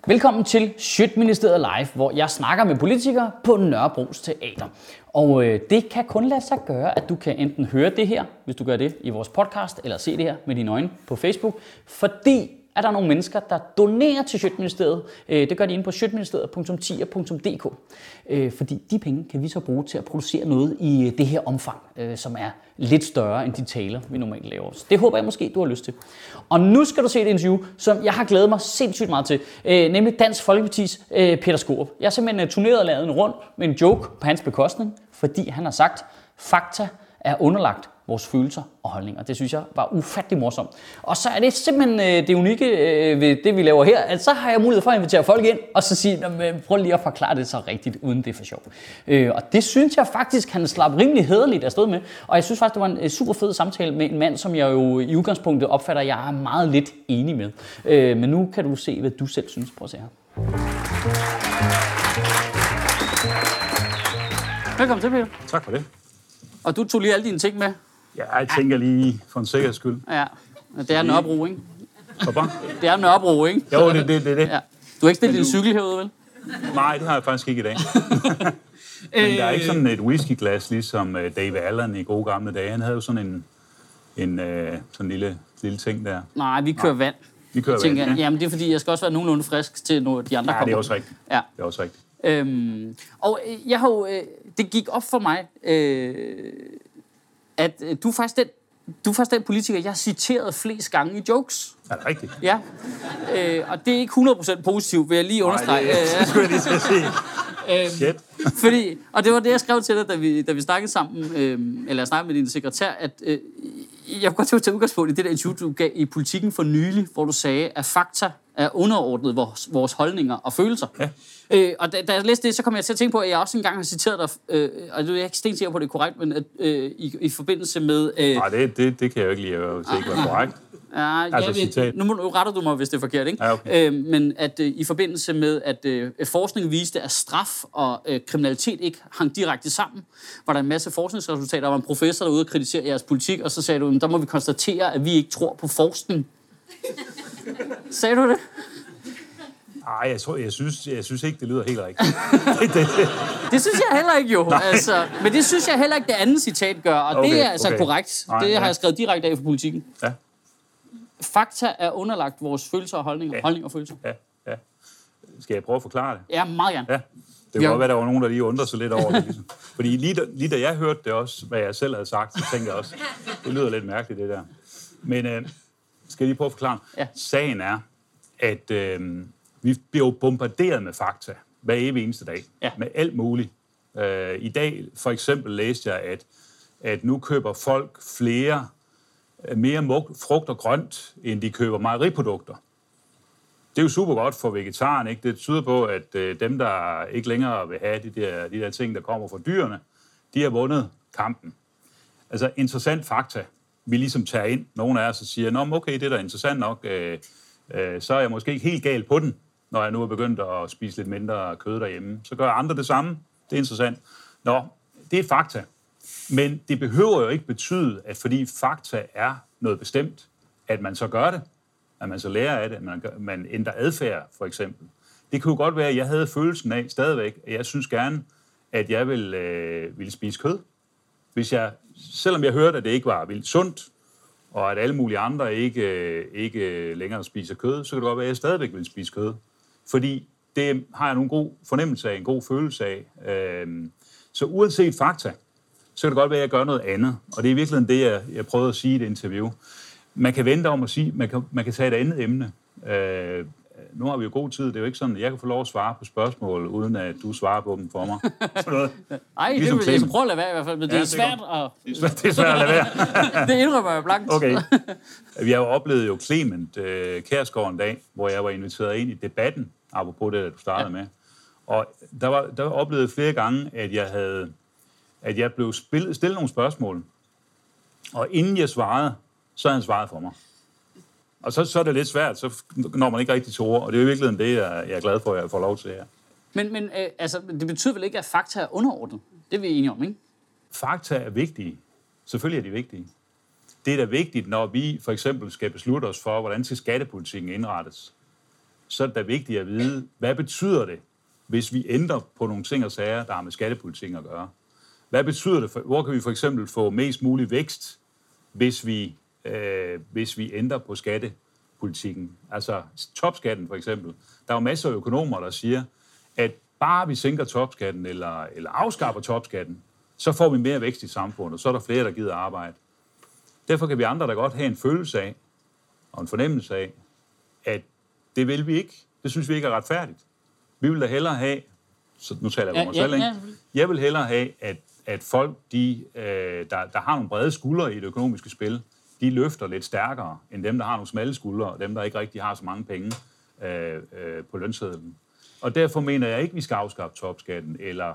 Velkommen til Sjøtministeriet Live, hvor jeg snakker med politikere på Nørrebros Teater. Og det kan kun lade sig gøre, at du kan enten høre det her, hvis du gør det i vores podcast, eller se det her med dine øjne på Facebook, fordi at der er nogle mennesker, der donerer til Sjøtministeriet. Det gør de inde på sjøtministeriet.10.dk. Fordi de penge kan vi så bruge til at producere noget i det her omfang, som er lidt større end de taler, vi normalt laver. Så det håber jeg måske, du har lyst til. Og nu skal du se et interview, som jeg har glædet mig sindssygt meget til, nemlig Dansk Folkepartis Peter Skaarup. Jeg har simpelthen turneret laden rundt med en joke på hans bekostning, fordi han har sagt, fakta er underlagt vores følelser og holdninger. Det synes jeg var ufattelig morsomt. Og så er det simpelthen det unikke ved det, vi laver her, at så har jeg mulighed for at invitere folk ind, og så sige, prøv lige at forklare det så rigtigt, uden det er for sjov. Og det synes jeg faktisk, han slap rimelig hæderligt afsted med. Og jeg synes faktisk, det var en super fed samtale med en mand, som jeg jo i udgangspunktet opfatter, jeg er meget lidt enig med. Men nu kan du se, hvad du selv synes. Prøv at se her. Velkommen til, Peter. Tak for det. Og du tog lige alle dine ting med? Ja, jeg tænker lige for en sikkerheds skyld. Ja, det er Nørrebro, ikke? Hvorfor? Det er Nørrebro, ikke? Jo, det er det. Ja. Du har ikke stillet din cykel herude, vel? Nej, det har jeg faktisk ikke i dag. Men der er ikke sådan et whiskyglas, ligesom David Allen i gode gamle dage. Han havde jo sådan en lille ting der. Nej, vi kører vand. Vi kører vand, ja. Jamen, det er fordi, jeg skal også være nogenlunde frisk til, når de andre kommer. Ja, det er også rigtigt. Ja. Det er også rigtigt. Og jeg har jo, det gik op for mig, at du er faktisk den politiker, jeg har citeret flest gange i jokes. Er det rigtigt? Ja. Og det er ikke 100% positivt, vil jeg lige understrege. Nej, det skulle jeg lige til at sige. Shit. Fordi, og det var det, jeg skrev til dig, da vi snakkede sammen, eller jeg snakkede med din sekretær, at jeg kunne godt tænke at tage udgangspunkt i det der interview, du gav i Politikken for nylig, hvor du sagde, at fakta er underordnet vores holdninger og følelser. Ja. Og da jeg læste det, så kom jeg til at tænke på, at jeg også engang har citeret dig, og jeg er ikke stensikker på, at det er korrekt, men at, i forbindelse med... Nej, det kan jeg jo ikke lide at se, ikke var korrekt. Ja, altså, nu retter du mig, hvis det er forkert, ikke? Ja, okay. Men at i forbindelse med, at forskning viste, at straf og kriminalitet ikke hang direkte sammen, var der en masse forskningsresultater. Der var en professor derude og kritiserede jeres politik, og så sagde du, der må vi konstatere, at vi ikke tror på forskning. Sagde du det? Nej, jeg synes ikke, det lyder helt rigtigt. Det synes jeg heller ikke, jo. Altså, men det synes jeg heller ikke, det andet citat gør, og okay, det er altså korrekt. Nej, det har jeg skrevet direkte af for Politikken. Ja. Fakta er underlagt vores følelser og holdninger. Ja. Holdninger og følelser. Ja. Skal jeg prøve at forklare det? Ja, meget gerne. Ja. Det kan godt være, der var nogen, der lige undrer sig lidt over det. Ligesom. Fordi lige da jeg hørte det også, hvad jeg selv havde sagt, så tænkte jeg også, det lyder lidt mærkeligt, det der. Men skal jeg lige prøve at forklare? Ja. Sagen er, at vi bliver jo bombarderet med fakta hver evig eneste dag. Ja. Med alt muligt. I dag for eksempel læste jeg, at nu køber folk mere frugt og grønt, end de køber mejeriprodukter. Det er jo super godt for vegetaren, ikke? Det tyder på, at dem, der ikke længere vil have de der ting, der kommer fra dyrene, de har vundet kampen. Altså interessant fakta, vi ligesom tager ind. Nogle af os siger, nå, okay, det er da interessant nok, så er jeg måske ikke helt gal på den, når jeg nu er begyndt at spise lidt mindre kød derhjemme. Så gør andre det samme. Det er interessant. Nå, det er fakta. Men det behøver jo ikke betyde, at fordi fakta er noget bestemt, at man så gør det, at man så lærer af det, at man ændrer adfærd, for eksempel. Det kunne jo godt være, at jeg havde følelsen af stadigvæk, at jeg synes gerne, at jeg ville spise kød. Selvom jeg hørte, at det ikke var vildt sundt, og at alle mulige andre ikke længere spiser kød, så kan det godt være, at jeg stadigvæk vil spise kød. Fordi det har jeg nogle god fornemmelse af, en god følelse af. Så uanset fakta, så kan det godt være, at jeg gør noget andet. Og det er virkelig det, jeg prøvede at sige i det interview. Man kan vente om at sige, man kan tage et andet emne. Nu har vi jo god tid. Det er jo ikke sådan, at jeg kan få lov at svare på spørgsmål, uden at du svarer på dem for mig. Nej, ligesom det vil jeg prøve at lade være i hvert fald, men det er svært at... Det er svært at lade være. Det indrømmer jeg blankt. Okay. Vi har jo oplevet Clement Kjærsgaard en dag, hvor jeg var inviteret ind i debatten, apropos det, du startede med. Og der oplevede flere gange, at jeg blev stillet nogle spørgsmål. Og inden jeg svarede, så havde han svaret for mig. Og så er det lidt svært, så når man ikke rigtig til ord, og det er jo virkelig det, jeg er glad for, at jeg får lov til her. Men altså, det betyder vel ikke, at fakta er underordnet? Det er vi enige om, ikke? Fakta er vigtige. Selvfølgelig er de vigtige. Det er da vigtigt, når vi for eksempel skal beslutte os for, hvordan skal skattepolitikken indrettes. så er det da vigtigt at vide, hvad betyder det, hvis vi ændrer på nogle ting og sager, der har med skattepolitikken at gøre. Hvad betyder det? Hvor kan vi for eksempel få mest mulig vækst, hvis vi ændrer på skattepolitikken? Altså topskatten for eksempel. Der er jo masser af økonomer, der siger, at bare vi sænker topskatten eller afskaffer topskatten, så får vi mere vækst i samfundet, så er der flere, der gider arbejde. Derfor kan vi andre da godt have en følelse af, og en fornemmelse af, at det vil vi ikke. Det synes vi ikke er retfærdigt. Vi vil da hellere have, så nu taler jeg om mig selv, ikke? Jeg vil hellere have, at folk, der har nogle brede skuldre i det økonomiske spil, de løfter lidt stærkere, end dem, der har nogle smalle skuldre, og dem, der ikke rigtig har så mange penge på lønsedlen. Og derfor mener jeg ikke, vi skal afskaffe topskatten, eller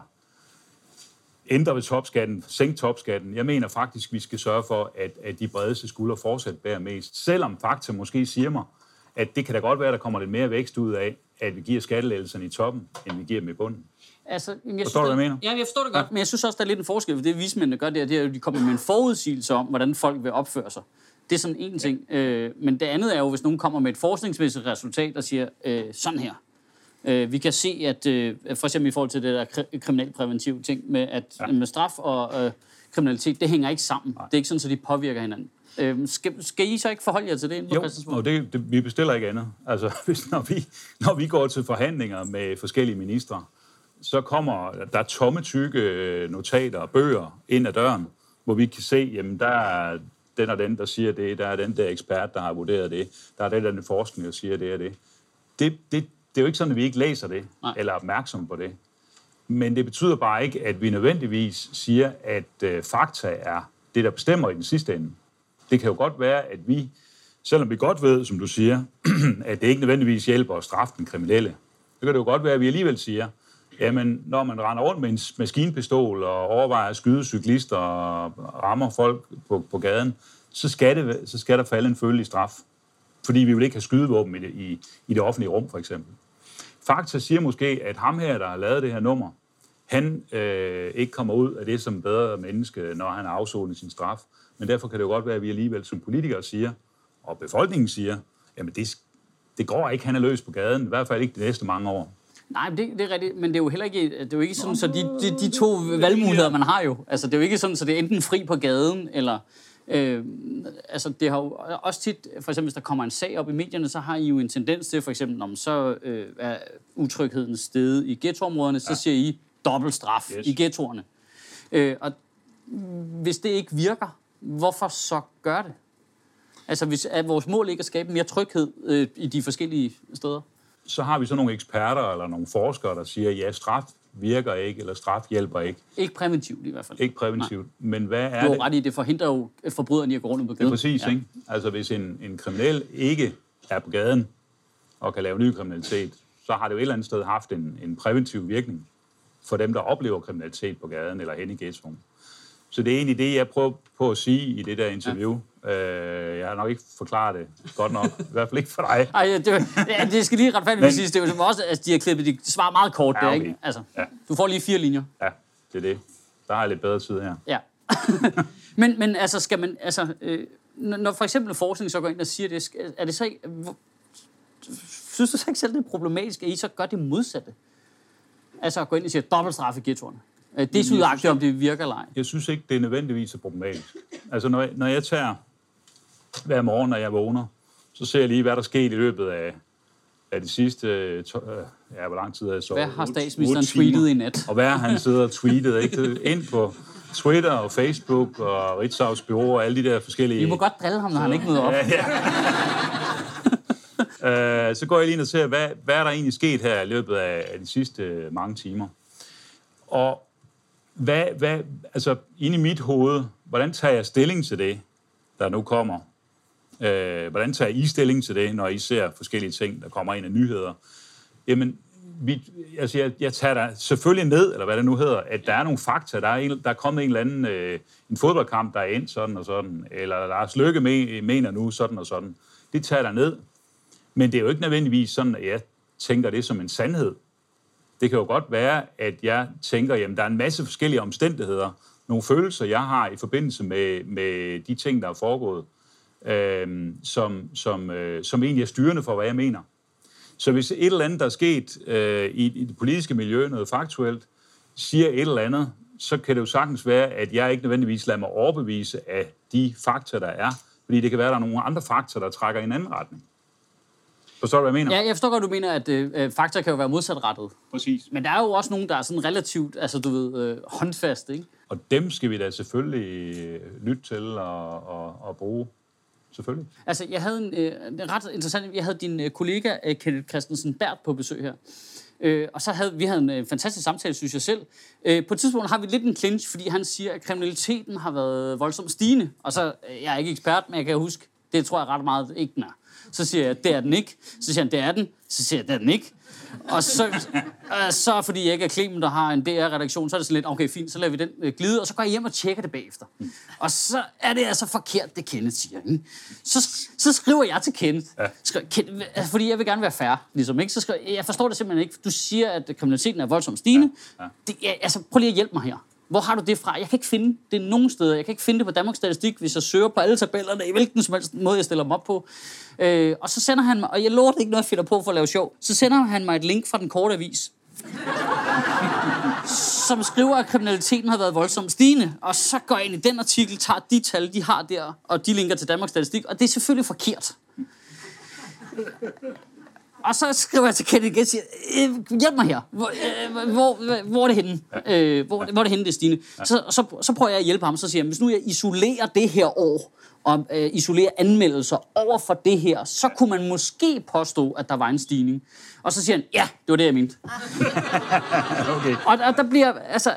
ændre ved topskatten, sænke topskatten. Jeg mener faktisk, vi skal sørge for, at de bredeste skuldre fortsat bærer mest. Selvom fakta måske siger mig, at det kan da godt være, at der kommer lidt mere vækst ud af, at vi giver skattelettelserne i toppen, end vi giver dem i bunden. Altså, forstår du, hvad jeg mener? Ja, jeg forstår det godt, men jeg synes også, der er lidt en forskel, for det vismændene gør, det er, at de kommer med en forudsigelse om, hvordan folk vil opføre sig. Det er sådan en ting. Men det andet er jo, hvis nogen kommer med et forskningsmæssigt resultat og siger, sådan her. Vi kan se, at for eksempel i forhold til det der kriminalpræventive ting, med at med straf og kriminalitet, det hænger ikke sammen. Nej. Det er ikke sådan, at de påvirker hinanden. Skal I så ikke forholde jer til det? Jo, og vi bestiller ikke andet. Altså, når vi går til forhandlinger med forskellige ministre, så kommer der tomme, tykke notater og bøger ind ad døren, hvor vi kan se, jamen der er den og den, der siger det, der er den der ekspert, der har vurderet det, der er den forskning, der siger det og det. Det er jo ikke sådan, at vi ikke læser det, eller er opmærksomme på det. Men det betyder bare ikke, at vi nødvendigvis siger, at fakta er det, der bestemmer i den sidste ende. Det kan jo godt være, at vi, selvom vi godt ved, som du siger, at det ikke nødvendigvis hjælper at straffe den kriminelle, så kan det jo godt være, at vi alligevel siger, jamen, når man render rundt med en maskinpistol og overvejer at skyde cyklister og rammer folk på gaden, så skal der falde en følelig straf. Fordi vi vil ikke have skydevåben i det offentlige rum, for eksempel. Fakta siger måske, at ham her, der har lavet det her nummer, han ikke kommer ud af det som bedre menneske, når han har afsonet sin straf. Men derfor kan det jo godt være, at vi alligevel som politikere siger, og befolkningen siger, jamen det går ikke, han er løs på gaden, i hvert fald ikke de næste mange år. Nej, det er rigtigt, men det er jo heller ikke, det er jo ikke sådan, så de to valgmuligheder, man har jo. Altså, det er jo ikke sådan, så det er enten fri på gaden, eller... altså, det har jo også tit, for eksempel, hvis der kommer en sag op i medierne, så har I jo en tendens til, for eksempel, om så er utrygheden steget i ghettoområderne, så siger I dobbelt straf i ghettoerne. Og hvis det ikke virker, hvorfor så gør det? Altså, hvis vores mål ikke at skabe mere tryghed i de forskellige steder? Så har vi så nogle eksperter eller nogle forskere, der siger, ja, straf virker ikke, eller straf hjælper ikke. Ikke præventivt i hvert fald. Ikke præventivt. Nej. Men hvad er det? Du har ret i, det forhindrer jo forbryderne i at gå rundt på gaden. Det er præcis, ikke? Altså, hvis en kriminel ikke er på gaden og kan lave ny kriminalitet, så har det jo et eller andet sted haft en præventiv virkning for dem, der oplever kriminalitet på gaden eller hen i ghettoen. Så det er egentlig det, jeg prøver på at sige i det der interview. Jeg har nok ikke forklaret det godt nok. I hvert fald ikke for dig. Ej, det skal lige retfærdigt sige. Det er jo også, at de har klippet de svar meget kort der, ikke? Altså, du får lige 4 linjer. Ja, det er det. Der har jeg lidt bedre tid her. Ja. men altså, skal man... Altså, når for eksempel forskning så går ind og siger det, er det så ikke... Synes du så ikke selv, det er problematisk, at I så gør det modsatte? Altså at gå ind og sige dobbeltstraf i ghettoerne. Det er sydagtigt, om det virker eller ej. Jeg synes ikke, det er nødvendigvis er problematisk. Altså, når jeg tager hver morgen, når jeg vågner, så ser jeg lige, hvad der skete i løbet af de sidste... hvor lang tid har jeg sovet? Hvad har statsministeren tweetet i nat? Og hvad har han siddet og tweetet, ikke? Ind på Twitter og Facebook og Ritzaus Bureau og alle de der forskellige... Vi må godt drille ham, når han ikke møder op. Så går jeg lige ind og ser, hvad er der egentlig sket her i løbet af de sidste mange timer. Og altså inde i mit hoved, hvordan tager jeg stilling til det, der nu kommer? Hvordan tager I stilling til det, når I ser forskellige ting, der kommer ind af nyheder? Jamen, jeg tager der selvfølgelig ned, eller hvad det nu hedder, at der er nogle fakta. Der er kommet en eller anden en fodboldkamp, der er endt sådan og sådan, eller Lars Løkke mener nu sådan og sådan. Det tager der ned. Men det er jo ikke nødvendigvis sådan, at jeg tænker det som en sandhed. Det kan jo godt være, at jeg tænker, jamen der er en masse forskellige omstændigheder, nogle følelser, jeg har i forbindelse med de ting, der er foregået, som egentlig er styrende for, hvad jeg mener. Så hvis et eller andet, der er sket i det politiske miljø, noget faktuelt, siger et eller andet, så kan det jo sagtens være, at jeg ikke nødvendigvis lader mig overbevise af de fakta, der er. Fordi det kan være, at der er nogle andre fakta, der trækker i en anden retning. Forstår du, hvad jeg mener? Ja, jeg forstår godt, du mener, at fakta kan jo være modsatrettet. Præcis. Men der er jo også nogen, der er sådan relativt, altså du ved, håndfast, ikke? Og dem skal vi da selvfølgelig lytte til og bruge. Selvfølgelig. Altså, jeg havde en ret interessant... Jeg havde din kollega Kenneth Christensen Berth på besøg her. Og så havde vi en fantastisk samtale, synes jeg selv. På et tidspunkt har vi lidt en clinch, fordi han siger, at kriminaliteten har været voldsomt stigende. Og så, jeg er ikke ekspert, men jeg kan huske, det tror jeg ret meget ikke den er. Så siger jeg, det er den ikke. Så siger han, det er den. Så siger jeg, det er den ikke. Og så fordi jeg ikke er Clemen, der har en DR-redaktion, så er det sådan lidt, okay, fint, så lader vi den glide, og så går jeg hjem og tjekker det bagefter. Og så er det altså forkert, det Kenneth siger. Ikke? Så skriver jeg til Kenneth, fordi jeg vil gerne være fair, ligesom, ikke? Så skriver, jeg forstår det simpelthen ikke. Du siger, at kriminaliteten er voldsomt stigende. Altså, prøv lige at hjælpe mig her. Hvor har du det fra? Jeg kan ikke finde det nogen steder. Jeg kan ikke finde det på Danmarks Statistik, hvis jeg søger på alle tabellerne, i hvilken som helst måde, jeg stiller dem op på. Og så sender han mig, og jeg lover det ikke noget, jeg finder på for at lave sjov, så sender han mig et link fra den korte avis, som skriver, at kriminaliteten har været voldsomt stigende. Og så går jeg ind i den artikel, tager de tal, de har der, og de linker til Danmarks Statistik, og det er selvfølgelig forkert. Og så skriver jeg til Kenneth igen og siger, hjælp mig her. Hvor er det henne? Hvor er det henne, det er stigende? Så prøver jeg at hjælpe ham, så siger jeg, hvis nu jeg isolerer det her år, og isolerer anmeldelser over for det her, så kunne man måske påstå, at der var en stigning. Og så siger han, ja, det var det, jeg mente. Okay. Og der bliver, altså...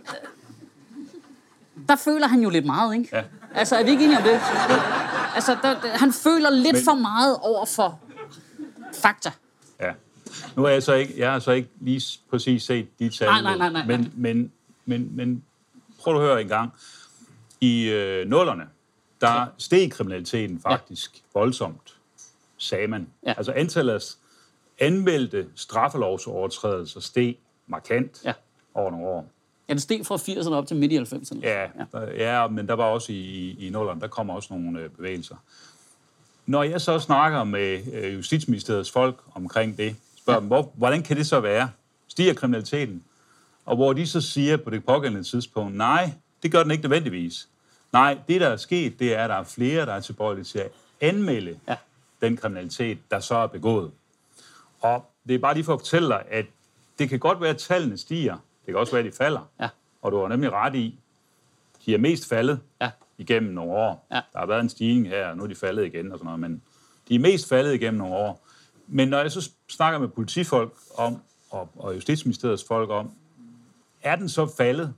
Der føler han jo lidt meget, ikke? Ja. Altså, er vi ikke enige om det? Altså, han føler lidt for meget over for fakta. Ja. Nu er jeg har så ikke lige præcis set de tal. Nej. Men prøv at høre en gang. I nullerne, der steg kriminaliteten faktisk voldsomt, sagde man. Ja. Altså antallet af anmeldte straffelovsovertrædelser steg markant over nogle år. Ja, det steg fra 80'erne op til midt i 90'erne. Ja, men der var også i nullerne, der kommer også nogle bevægelser. Når jeg så snakker med Justitsministeriets folk omkring det, spørger dem, hvordan kan det så være? Stiger kriminaliteten? Og hvor de så siger på det pågældende tidspunkt, nej, det gør den ikke nødvendigvis. Nej, det der er sket, det er, at der er flere, der er tilbøjelige til at anmelde den kriminalitet, der så er begået. Og det er bare lige for at fortælle dig, at det kan godt være, at tallene stiger. Det kan også være, at de falder. Ja. Og du har nemlig ret i, de er mest faldet igennem nogle år. Ja. Der har været en stigning her, og nu er de faldet igen og sådan noget, men de er mest faldet igennem nogle år. Men når jeg så snakker med politifolk om, og Justitsministeriets folk om, er den så faldet,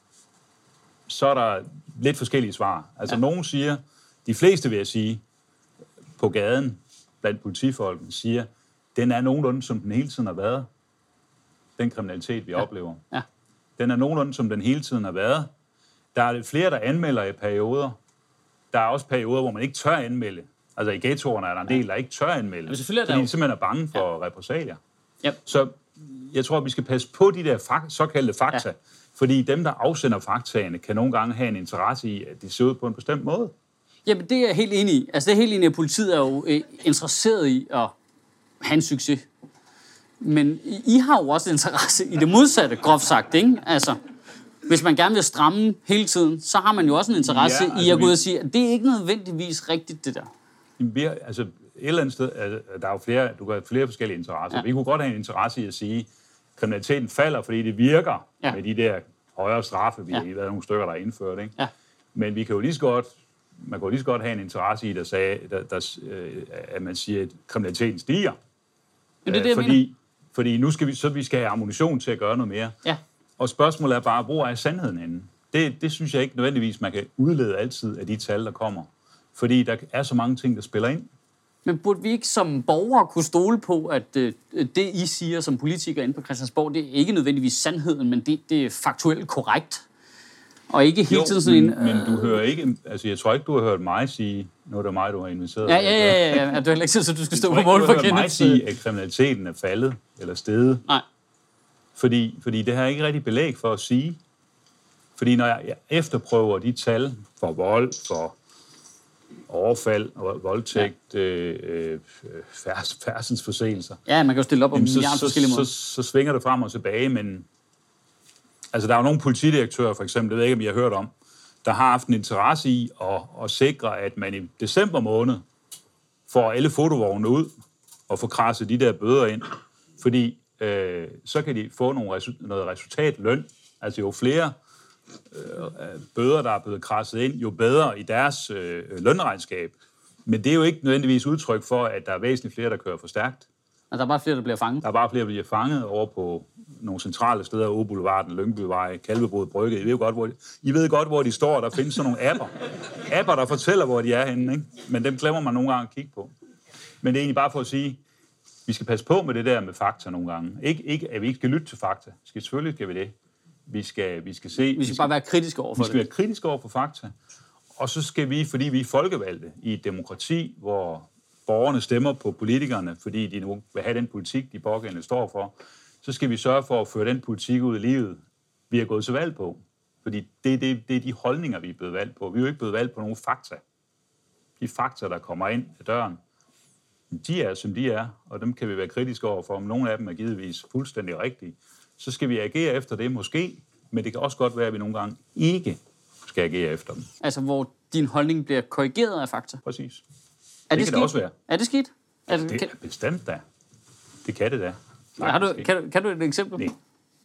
så er der lidt forskellige svar. Altså nogen siger, de fleste vil jeg sige, på gaden blandt politifolkene siger, den er nogenlunde, som den hele tiden har været. Den kriminalitet, vi oplever. Ja. Den er nogenlunde, som den hele tiden har været. Der er flere, der anmelder i perioder. Der er også perioder, hvor man ikke tør anmelde. Altså i ghettoerne er der en del, der ikke tør anmelde. Fordi de simpelthen er bange for repressalier. Yep. Så jeg tror, vi skal passe på de der såkaldte fakta. Ja. Fordi dem, der afsender faktaene, kan nogle gange have en interesse i, at de ser ud på en bestemt måde. Jamen, det er jeg helt enig i. Altså, det er helt enig i, at politiet er jo interesseret i at have en succes. Men I har jo også interesse i det modsatte, groft sagt, ikke? Altså, hvis man gerne vil stramme hele tiden, så har man jo også en interesse i at gå ud og sige, at det er ikke nødvendigvis rigtigt, det der. Altså, et eller andet sted, der er jo flere forskellige interesser. Ja. Vi kunne godt have en interesse i at sige, at kriminaliteten falder, fordi det virker med de der højere straffe, vi har været nogle stykker, der er indført, ikke? Ja. Men vi kan jo lige så godt have en interesse i, at man siger, at kriminaliteten stiger. Men det er det, fordi nu skal vi skal have ammunition til at gøre noget mere. Ja. Og spørgsmålet er bare, hvor er sandheden henne? Det synes jeg ikke nødvendigvis, man kan udlede altid af de tal, der kommer. Fordi der er så mange ting, der spiller ind. Men burde vi ikke som borgere kunne stole på, at det, I siger som politikere inde på Christiansborg, det er ikke nødvendigvis sandheden, men det er faktuelt korrekt? Og ikke hele tiden sådan men du hører ikke... Altså, jeg tror ikke, du har hørt mig sige... Nu er det mig, du har inviteret. Ja. Du har ikke sagt, så du skal stå på mål for Kenneth. Du har mig sige, at kriminaliteten er faldet eller steget. Nej. Fordi det har jeg ikke rigtig belæg for at sige. Fordi når jeg efterprøver de tal for vold, for overfald, voldtægt, færdselsforseelser. Ja, man kan jo stille op om milliarder forskellige måder. Så svinger det frem og tilbage, men altså, der er jo nogle politidirektører, for eksempel, det ved jeg ikke, om I har hørt om, der har haft en interesse i at sikre, at man i december måned får alle fotovogne ud og får krasset de der bøder ind, fordi så kan de få noget resultatløn. Altså jo flere bøder, der er blevet krasset ind, jo bedre i deres lønregnskab. Men det er jo ikke nødvendigvis udtryk for, at der er væsentligt flere, der kører for stærkt. Altså, der er bare flere, der bliver fanget? Der er bare flere, der bliver fanget over på nogle centrale steder, Åboulevarden, Lyngbyvej, Kalvebod Brygge. I ved godt, hvor de står. Der findes sådan nogle apper. Apper, der fortæller, hvor de er henne, ikke? Men dem glemmer man nogle gange at kigge på. Men det er egentlig bare for at sige, vi skal passe på med det der med fakta nogle gange. Ikke at vi ikke skal lytte til fakta. Selvfølgelig skal vi det. Vi skal bare være kritiske over for det. Vi skal være kritiske over for fakta. Og så skal vi, fordi vi er folkevalgte i et demokrati, hvor borgerne stemmer på politikerne, fordi de nu vil have den politik, de pågældende står for, så skal vi sørge for at føre den politik ud i livet, vi har gået til valg på. Fordi det er de holdninger, vi er blevet valgt på. Vi er jo ikke blevet valgt på nogle fakta. De fakta, der kommer ind ad døren, de er, som de er, og dem kan vi være kritiske over for. Om nogle af dem er givetvis fuldstændig rigtige. Så skal vi agere efter det måske, men det kan også godt være, at vi nogle gange ikke skal agere efter dem. Altså, hvor din holdning bliver korrigeret af fakta? Præcis. Det kan det også være. Er det skidt? Det er bestemt da. Det kan det da. Kan du et eksempel? Nej.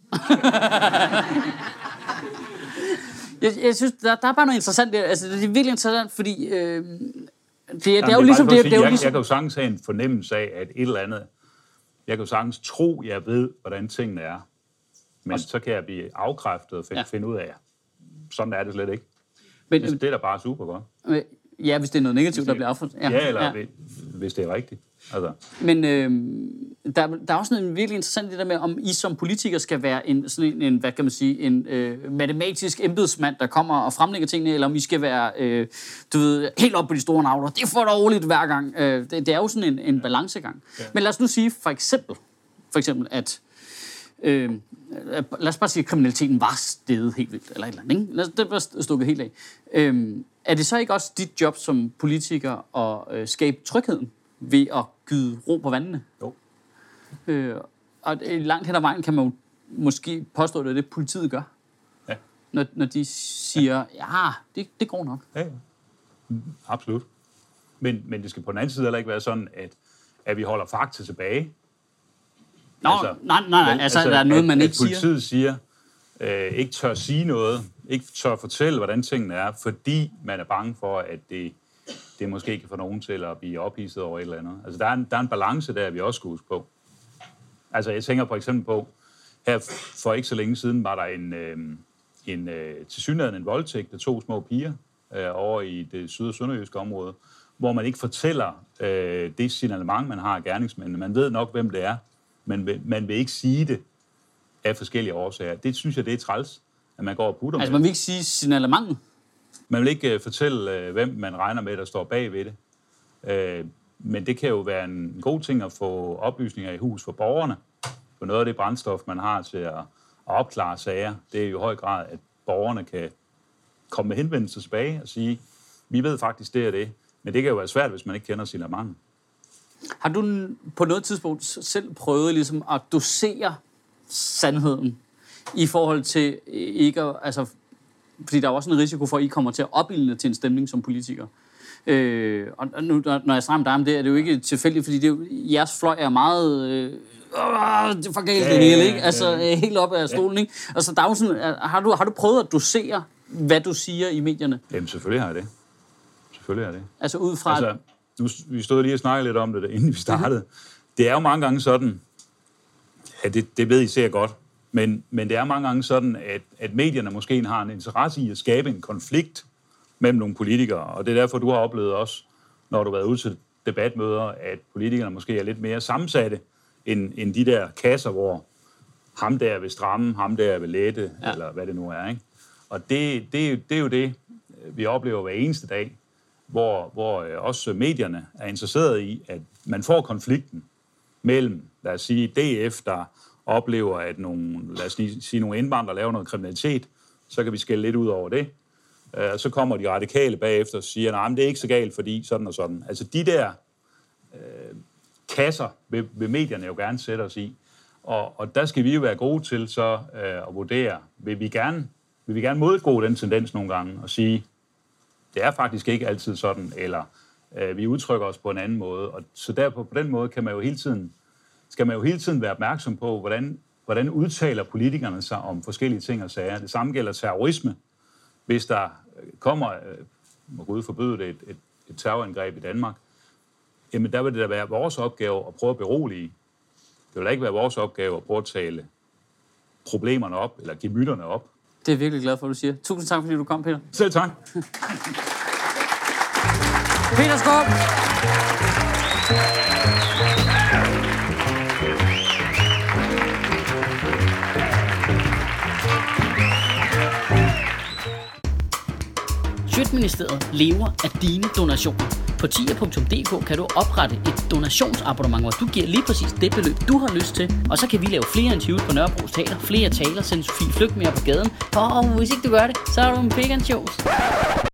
Jeg synes, der er bare noget interessant der. Altså, det er virkelig interessant, fordi det er jo ligesom... Jeg kan jo sagtens have en fornemmelse af, at et eller andet... Jeg kan jo sagtens tro, jeg ved, hvordan tingene er. Men så kan jeg blive afkræftet og finde ud af, sådan er det slet ikke. Men, det er da bare super godt. Ja, hvis det er noget negativt, der bliver affundet. Ja, eller hvis det er rigtigt. Altså. Men der er også noget virkelig interessant det der med, om I som politiker skal være en hvad kan man sige, en matematisk embedsmand, der kommer og fremlægger tingene, eller om I skal være, helt op på de store navler. Det får dårligt hver gang. Det er jo sådan en balancegang. Ja. Men lad os nu sige, for eksempel at lad os bare sige, at kriminaliteten var steget helt vildt, eller et eller andet, ikke? Det var stukket helt af. Er det så ikke også dit job som politiker at skabe trygheden ved at gyde ro på vandene? Jo. Og langt hen ad vejen kan man jo måske påstå, at det er det, politiet gør. Ja. Når de siger, det går nok. Ja, absolut. Men det skal på den anden side heller ikke være sådan, at vi holder fakta tilbage. Nej. Altså, der er noget, man ikke siger. At politiet siger, ikke tør sige noget, ikke tør fortælle, hvordan tingene er, fordi man er bange for, at det måske kan få nogen til at blive ophidset over et eller andet. Altså, der er en balance der, vi også skal huske på. Altså, jeg tænker for eksempel på, her for ikke så længe siden var der tilsyneladende en voldtægt af 2 små piger over i det syd- og sønderjyske område, hvor man ikke fortæller det signalement, man har af gerningsmændene. Man ved nok, hvem det er, men man vil ikke sige det af forskellige årsager. Det synes jeg, det er træls, at man går og putter med. Altså, man vil ikke sige signalementet? Man vil ikke fortælle, hvem man regner med, der står bag ved det. Men det kan jo være en god ting at få oplysninger i hus for borgerne. For noget af det brændstof, man har til at opklare sager, det er jo i høj grad, at borgerne kan komme med henvendelser tilbage og sige, vi ved faktisk det og det. Men det kan jo være svært, hvis man ikke kender signalementet. Har du på noget tidspunkt selv prøvet ligesom at dosere sandheden i forhold til ikke at, altså, fordi der er også en risiko for, at I kommer til at opildne til en stemning som politiker. Og nu, når jeg snakker om det, er det jo ikke tilfældigt, fordi det er jo, jeres fløj er meget det er for galt det hele, ikke? Altså helt op af stolen, ikke? Altså der er jo sådan, har du prøvet at dosere, hvad du siger i medierne? Jamen selvfølgelig har jeg det. Altså ud fra... Vi stod lige og snakkede lidt om det, inden vi startede. Det er jo mange gange sådan, at det ved I ser godt, men det er mange gange sådan, at medierne måske har en interesse i at skabe en konflikt mellem nogle politikere, og det er derfor, du har oplevet også, når du har været ude til debatmøder, at politikerne måske er lidt mere sammensatte, end de der kasser, hvor ham der vil stramme, ham der vil lette, eller hvad det nu er, ikke? Og det er jo det, vi oplever hver eneste dag, hvor også medierne er interesseret i, at man får konflikten mellem, lad os sige, DF, der oplever, at nogle indvandrere laver noget kriminalitet, så kan vi skælde lidt ud over det. Så kommer de radikale bagefter og siger, nej, men det er ikke så galt, fordi sådan og sådan. Altså de der kasser vil medierne jo gerne sætte os i. Og der skal vi jo være gode til så at vurdere, vil vi gerne modgå den tendens nogle gange og sige, det er faktisk ikke altid sådan, eller vi udtrykker os på en anden måde. Og så derfor på den måde skal man jo hele tiden være opmærksom på, hvordan udtaler politikerne sig om forskellige ting og sager. Det samme gælder terrorisme. Hvis der kommer, må Gud forbyde det, et terrorangreb i Danmark, jamen der vil det da være vores opgave at prøve at berolige. Det vil da ikke være vores opgave at prøve at tale problemerne op, eller give myterne op. Det er jeg virkelig glad for, at du siger. Tusind tak, fordi du kom, Peter. Selv tak. Peter Skaarup! Sjøtministeriet lever af dine donationer. På tier.dk kan du oprette et donationsabonnement, hvor du giver lige præcis det beløb, du har lyst til. Og så kan vi lave flere interviews på Nørrebros Teater, flere taler, sende Sofie Flygt mere på gaden. Og hvis ikke du gør det, så er du en vegan shows.